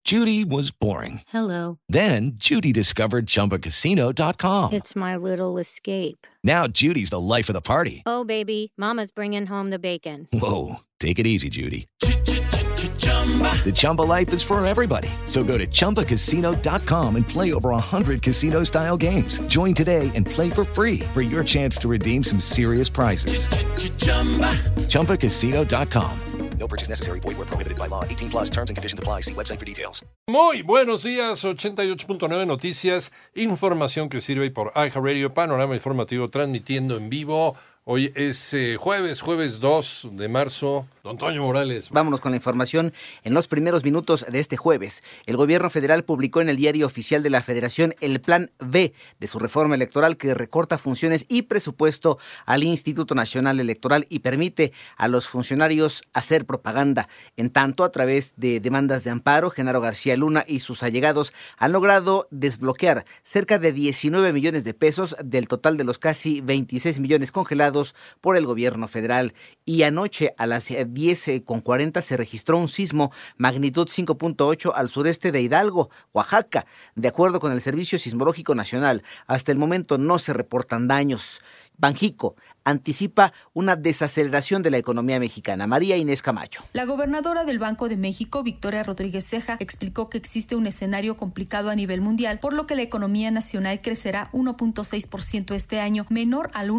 Judy was boring. Hello. Then Judy discovered ChumbaCasino.com. It's my little escape. Now Judy's the life of the party. Oh, baby, mama's bringing home the bacon. Whoa, take it easy, Judy. The Chumba life is for everybody. So go to ChumbaCasino.com and play over 100 casino-style games. Join today and play for free for your chance to redeem some serious prizes. ChumbaCasino.com. No purchase necessary. Void where prohibited by law. 18 plus terms and conditions apply. See website for details. Muy buenos días, 88.9 Noticias, información que sirve por iHeartRadio, panorama informativo transmitiendo en vivo. Hoy es jueves 2 de marzo. Don Toño Morales. Vámonos con la información. En los primeros minutos de este jueves, el gobierno federal publicó en el Diario Oficial de la Federación el Plan B de su reforma electoral que recorta funciones y presupuesto al Instituto Nacional Electoral y permite a los funcionarios hacer propaganda. En tanto, a través de demandas de amparo, Genaro García Luna y sus allegados han logrado desbloquear cerca de 19 millones de pesos del total de los casi 26 millones congelados por el gobierno federal. Y anoche a las 10:40 se registró un sismo magnitud 5.8 al sureste de Hidalgo, Oaxaca. De acuerdo con el Servicio Sismológico Nacional, hasta el momento no se reportan daños. Banjico anticipa una desaceleración de la economía mexicana. María Inés Camacho. La gobernadora del Banco de México, Victoria Rodríguez Ceja, explicó que existe un escenario complicado a nivel mundial, por lo que la economía nacional crecerá 1.6% este año, menor al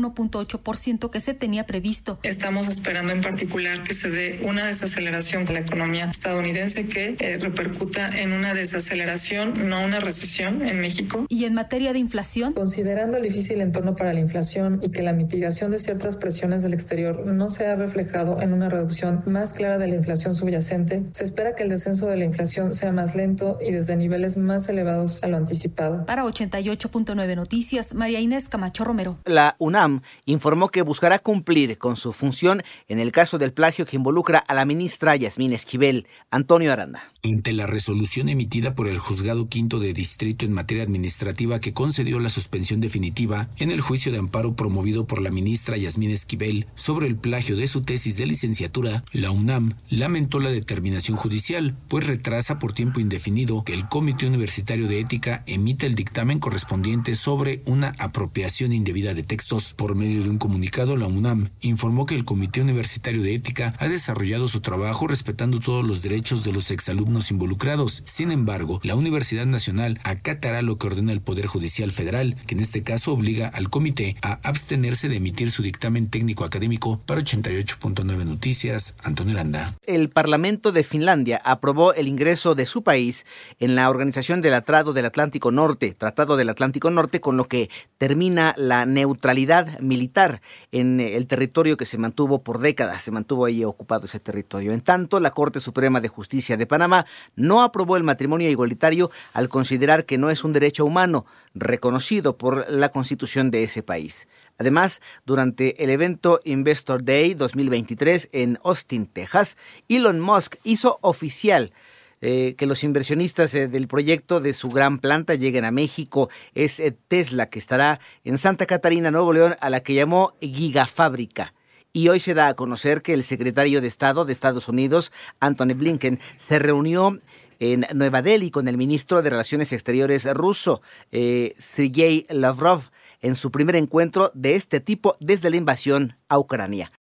1.8% que se tenía previsto. Estamos esperando en particular que se dé una desaceleración de la economía estadounidense que repercuta en una desaceleración, no una recesión en México. Y en materia de inflación, considerando el difícil entorno para la inflación y que la mitigación de ciertas presiones del exterior no se ha reflejado en una reducción más clara de la inflación subyacente, se espera que el descenso de la inflación sea más lento y desde niveles más elevados a lo anticipado. Para 88.9 Noticias, María Inés Camacho Romero. La UNAM informó que buscará cumplir con su función en el caso del plagio que involucra a la ministra Yasmín Esquivel. Antonio Aranda. Ante la resolución emitida por el Juzgado Quinto de Distrito en materia administrativa que concedió la suspensión definitiva en el juicio de amparo promovido por la ministra Yasmín Esquivel sobre el plagio de su tesis de licenciatura, la UNAM lamentó la determinación judicial, pues retrasa por tiempo indefinido que el Comité Universitario de Ética emita el dictamen correspondiente sobre una apropiación indebida de textos. Por medio de un comunicado, la UNAM informó que el Comité Universitario de Ética ha desarrollado su trabajo respetando todos los derechos de los exalumnos involucrados. Sin embargo, la Universidad Nacional acatará lo que ordena el Poder Judicial Federal, que en este caso obliga al comité a abstenerse de emitir su dictamen técnico académico. Para 88.9 Noticias, Antonio Aranda. El Parlamento de Finlandia aprobó el ingreso de su país en la Organización del Tratado del Atlántico Norte, con lo que termina la neutralidad militar en el territorio que se mantuvo por décadas, se mantuvo ahí ocupado ese territorio. En tanto, la Corte Suprema de Justicia de Panamá no aprobó el matrimonio igualitario al considerar que no es un derecho humano reconocido por la Constitución de ese país. Además, durante el evento Investor Day 2023 en Austin, Texas, Elon Musk hizo oficial que los inversionistas del proyecto de su gran planta lleguen a México. Es Tesla, que estará en Santa Catarina, Nuevo León, a la que llamó Gigafábrica. Y hoy se da a conocer que el secretario de Estado de Estados Unidos, Antony Blinken, se reunió en Nueva Delhi con el ministro de Relaciones Exteriores ruso, Sergei Lavrov, en su primer encuentro de este tipo desde la invasión a Ucrania.